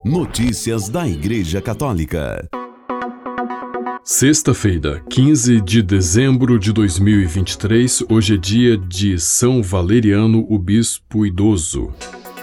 Notícias da Igreja Católica. Sexta-feira, 15 de dezembro de 2023, hoje é dia de São Valeriano, o Bispo Idoso.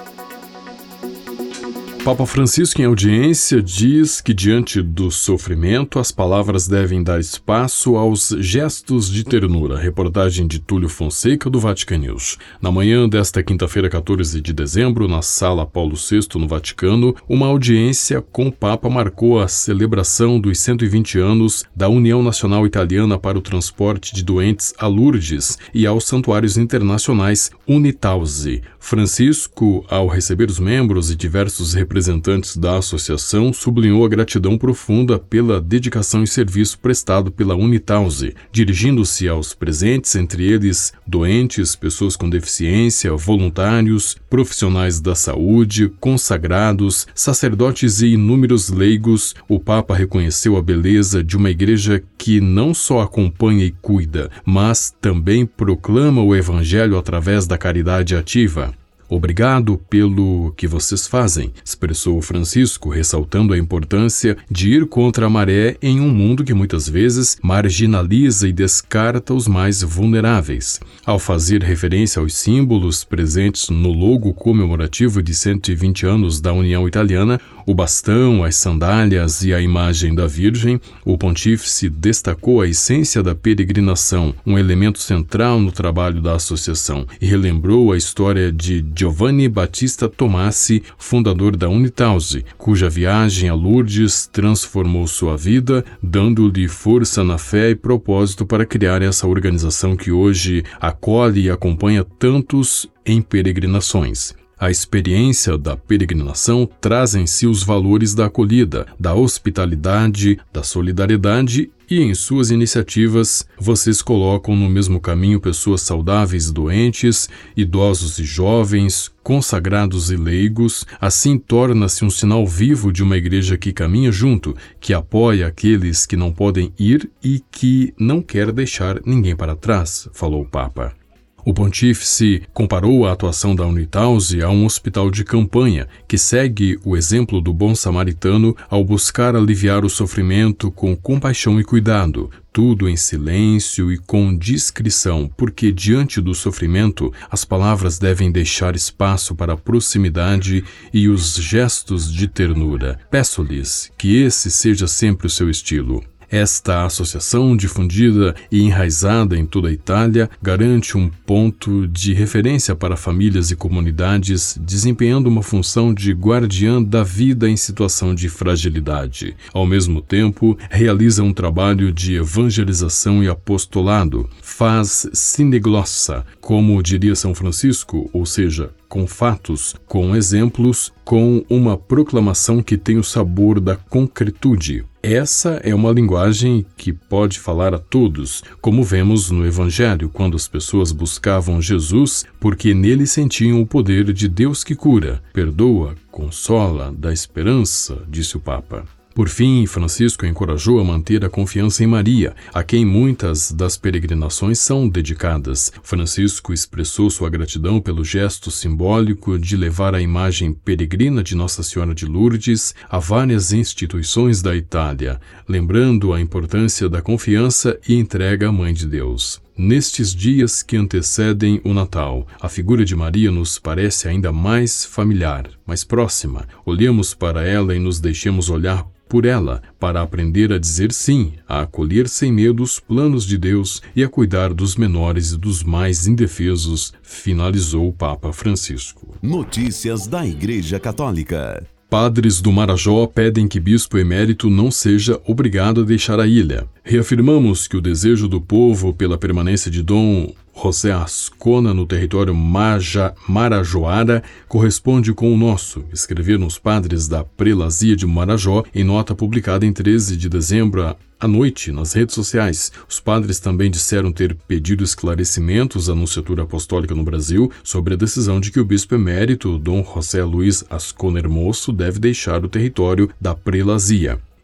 Papa Francisco, em audiência, diz que diante do sofrimento as palavras devem dar espaço aos gestos de ternura. Reportagem de Túlio Fonseca, do Vatican News. Na manhã desta quinta-feira, 14 de dezembro, na Sala Paulo VI, no Vaticano, uma audiência com o Papa marcou a celebração dos 120 anos da União Nacional Italiana para o Transporte de Doentes a Lourdes e aos santuários internacionais Unitausi. Francisco, ao receber os membros e diversos representantes da associação, sublinhou a gratidão profunda pela dedicação e serviço prestado pela Unitausi, dirigindo-se aos presentes, entre eles doentes, pessoas com deficiência, voluntários, profissionais da saúde, consagrados, sacerdotes e inúmeros leigos. O Papa reconheceu a beleza de uma igreja que não só acompanha e cuida, mas também proclama o Evangelho através da caridade ativa. Obrigado pelo que vocês fazem, expressou Francisco, ressaltando a importância de ir contra a maré em um mundo que muitas vezes marginaliza e descarta os mais vulneráveis. Ao fazer referência aos símbolos presentes no logo comemorativo de 120 anos da União Italiana, o bastão, as sandálias e a imagem da Virgem, o pontífice destacou a essência da peregrinação, um elemento central no trabalho da associação, e relembrou a história de Giovanni Battista Tomassi, fundador da Unitausi, cuja viagem a Lourdes transformou sua vida, dando-lhe força na fé e propósito para criar essa organização que hoje acolhe e acompanha tantos em peregrinações. A experiência da peregrinação traz em si os valores da acolhida, da hospitalidade, da solidariedade e em suas iniciativas vocês colocam no mesmo caminho pessoas saudáveis e doentes, idosos e jovens, consagrados e leigos. Assim torna-se um sinal vivo de uma igreja que caminha junto, que apoia aqueles que não podem ir e que não quer deixar ninguém para trás, falou o Papa. O pontífice comparou a atuação da Unitausi a um hospital de campanha, que segue o exemplo do bom samaritano ao buscar aliviar o sofrimento com compaixão e cuidado, tudo em silêncio e com discrição, porque diante do sofrimento as palavras devem deixar espaço para a proximidade e os gestos de ternura. Peço-lhes que esse seja sempre o seu estilo. Esta associação, difundida e enraizada em toda a Itália, garante um ponto de referência para famílias e comunidades, desempenhando uma função de guardiã da vida em situação de fragilidade. Ao mesmo tempo, realiza um trabalho de evangelização e apostolado. Faz sine glossa, como diria São Francisco, ou seja, com fatos, com exemplos, com uma proclamação que tem o sabor da concretude. Essa é uma linguagem que pode falar a todos, como vemos no Evangelho, quando as pessoas buscavam Jesus porque nele sentiam o poder de Deus que cura, perdoa, consola, dá esperança, disse o Papa. Por fim, Francisco encorajou a manter a confiança em Maria, a quem muitas das peregrinações são dedicadas. Francisco expressou sua gratidão pelo gesto simbólico de levar a imagem peregrina de Nossa Senhora de Lourdes a várias instituições da Itália, lembrando a importância da confiança e entrega à Mãe de Deus. Nestes dias que antecedem o Natal, a figura de Maria nos parece ainda mais familiar, mais próxima. Olhemos para ela e nos deixemos olhar por ela, para aprender a dizer sim, a acolher sem medo os planos de Deus e a cuidar dos menores e dos mais indefesos, finalizou o Papa Francisco. Notícias da Igreja Católica. Padres do Marajó pedem que bispo emérito não seja obrigado a deixar a ilha. Reafirmamos que o desejo do povo pela permanência de Dom José Ascona no território marajoara corresponde com o nosso, escreveram os padres da Prelazia de Marajó em nota publicada em 13 de dezembro à noite nas redes sociais. Os padres também disseram ter pedido esclarecimentos à Nunciatura Apostólica no Brasil sobre a decisão de que o bispo emérito, Dom José Luiz Ascona Hermoso, deve deixar o território da Prelazia.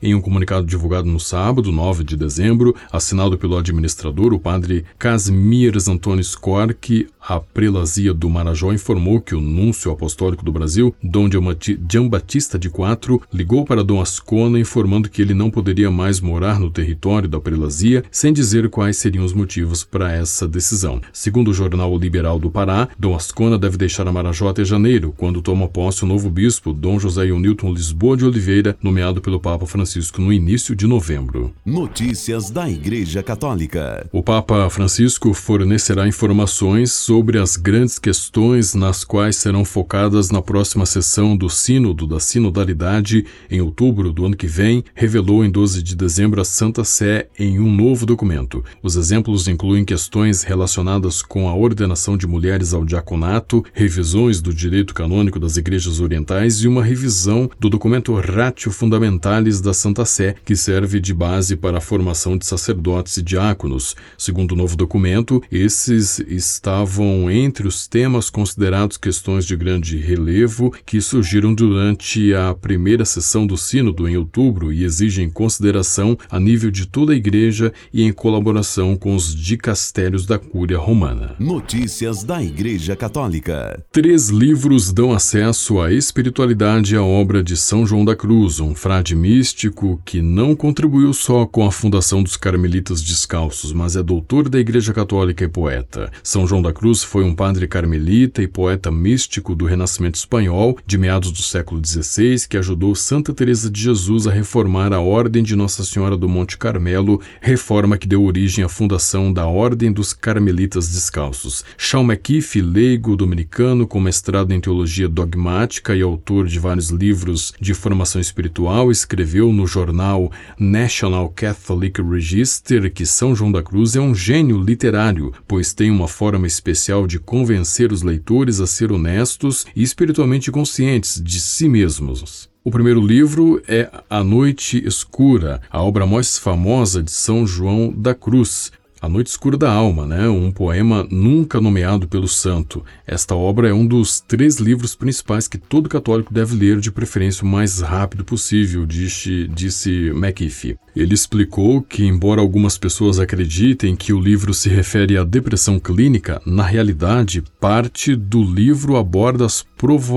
Em um comunicado divulgado no sábado, 9 de dezembro, assinado pelo administrador, o padre Casimirs Antônio Scorchi, a prelazia do Marajó informou que o núncio apostólico do Brasil, Dom Giambattista de IV, ligou para Dom Ascona informando que ele não poderia mais morar no território da prelazia, sem dizer quais seriam os motivos para essa decisão. Segundo o Jornal Liberal do Pará, Dom Ascona deve deixar a Marajó até janeiro, quando toma posse o novo bispo, Dom José Newton Lisboa de Oliveira, nomeado pelo Papa Francisco no início de novembro. Notícias da Igreja Católica. O Papa Francisco fornecerá informações sobre as grandes questões nas quais serão focadas na próxima sessão do Sínodo da Sinodalidade, em outubro do ano que vem, revelou em 12 de dezembro a Santa Sé em um novo documento. Os exemplos incluem questões relacionadas com a ordenação de mulheres ao diaconato, revisões do direito canônico das igrejas orientais e uma revisão do documento Ratio Fundamentalis da Santa Sé, que serve de base para a formação de sacerdotes e diáconos. Segundo o novo documento, esses estavam entre os temas considerados questões de grande relevo que surgiram durante a primeira sessão do Sínodo em outubro e exigem consideração a nível de toda a Igreja e em colaboração com os dicastérios da Cúria Romana. Notícias da Igreja Católica. 3 livros dão acesso à espiritualidade e à obra de São João da Cruz, um frade místico que não contribuiu só com a fundação dos Carmelitas Descalços, mas é doutor da Igreja Católica e poeta. São João da Cruz foi um padre carmelita e poeta místico do Renascimento espanhol, de meados do século XVI, que ajudou Santa Teresa de Jesus a reformar a Ordem de Nossa Senhora do Monte Carmelo, reforma que deu origem à fundação da Ordem dos Carmelitas Descalços. Sean McKeefe, leigo dominicano com mestrado em teologia dogmática e autor de vários livros de formação espiritual, escreveu no jornal National Catholic Register que São João da Cruz é um gênio literário, pois tem uma forma especial de convencer os leitores a ser honestos e espiritualmente conscientes de si mesmos. O primeiro livro é A Noite Escura, a obra mais famosa de São João da Cruz. A Noite Escura da Alma, um poema nunca nomeado pelo santo. Esta obra é um dos 3 livros principais que todo católico deve ler, de preferência o mais rápido possível, disse McKeefe. Ele explicou que, embora algumas pessoas acreditem que o livro se refere à depressão clínica, na realidade, parte do livro aborda as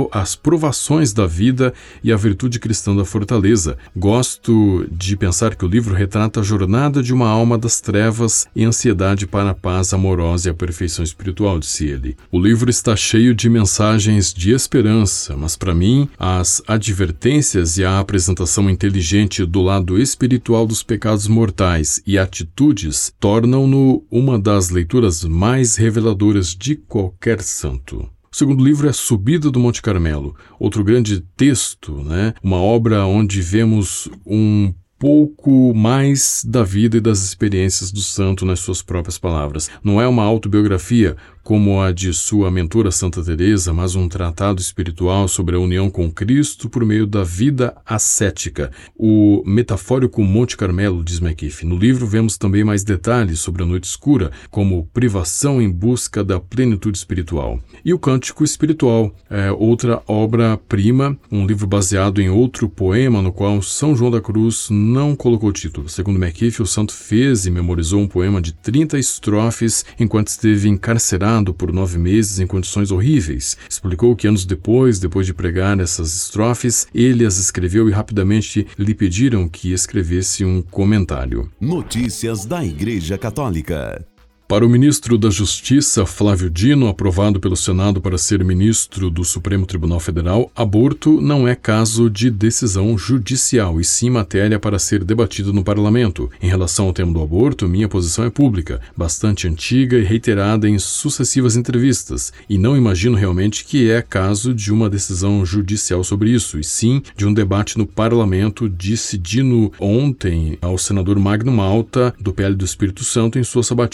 provações da vida e a virtude cristã da fortaleza. Gosto de pensar que o livro retrata a jornada de uma alma das trevas e ansiedade para a paz amorosa e a perfeição espiritual, disse ele. O livro está cheio de mensagens de esperança, mas para mim, as advertências e a apresentação inteligente do lado espiritual dos pecados mortais e atitudes tornam-no uma das leituras mais reveladoras de qualquer santo. O segundo livro é Subida do Monte Carmelo, outro grande texto, uma obra onde vemos um pouco mais da vida e das experiências do santo nas suas próprias palavras. Não é uma autobiografia como a de sua mentora Santa Teresa, mas um tratado espiritual sobre a união com Cristo por meio da vida ascética. O metafórico Monte Carmelo, diz McKeefe. No livro vemos também mais detalhes sobre a noite escura, como privação em busca da plenitude espiritual. E o Cântico Espiritual é outra obra-prima, um livro baseado em outro poema no qual São João da Cruz não colocou título. Segundo McKeefe, o santo fez e memorizou um poema de 30 estrofes enquanto esteve encarcerado por 9 meses em condições horríveis. Explicou que anos depois de pregar essas estrofes, ele as escreveu e rapidamente lhe pediram que escrevesse um comentário. Notícias da Igreja Católica. Para o ministro da Justiça, Flávio Dino, aprovado pelo Senado para ser ministro do Supremo Tribunal Federal, aborto não é caso de decisão judicial, e sim matéria para ser debatida no parlamento. Em relação ao tema do aborto, minha posição é pública, bastante antiga e reiterada em sucessivas entrevistas, e não imagino realmente que é caso de uma decisão judicial sobre isso, e sim de um debate no parlamento, disse Dino ontem ao senador Magno Malta, do PL do Espírito Santo, em sua sabatina para uma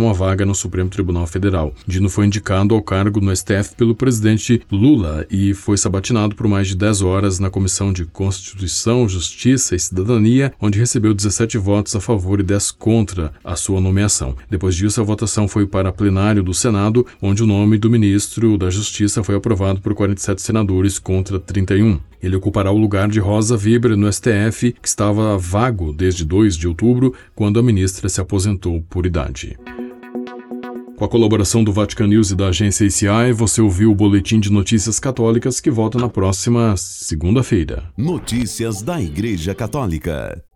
uma vaga no Supremo Tribunal Federal. Dino foi indicado ao cargo no STF pelo presidente Lula e foi sabatinado por mais de 10 horas na Comissão de Constituição, Justiça e Cidadania, onde recebeu 17 votos a favor e 10 contra a sua nomeação. Depois disso, a votação foi para plenário do Senado, onde o nome do ministro da Justiça foi aprovado por 47 senadores contra 31. Ele ocupará o lugar de Rosa Weber no STF, que estava vago desde 2 de outubro, quando a ministra se aposentou por idade. Com a colaboração do Vatican News e da agência ACI, você ouviu o Boletim de Notícias Católicas, que volta na próxima segunda-feira. Notícias da Igreja Católica.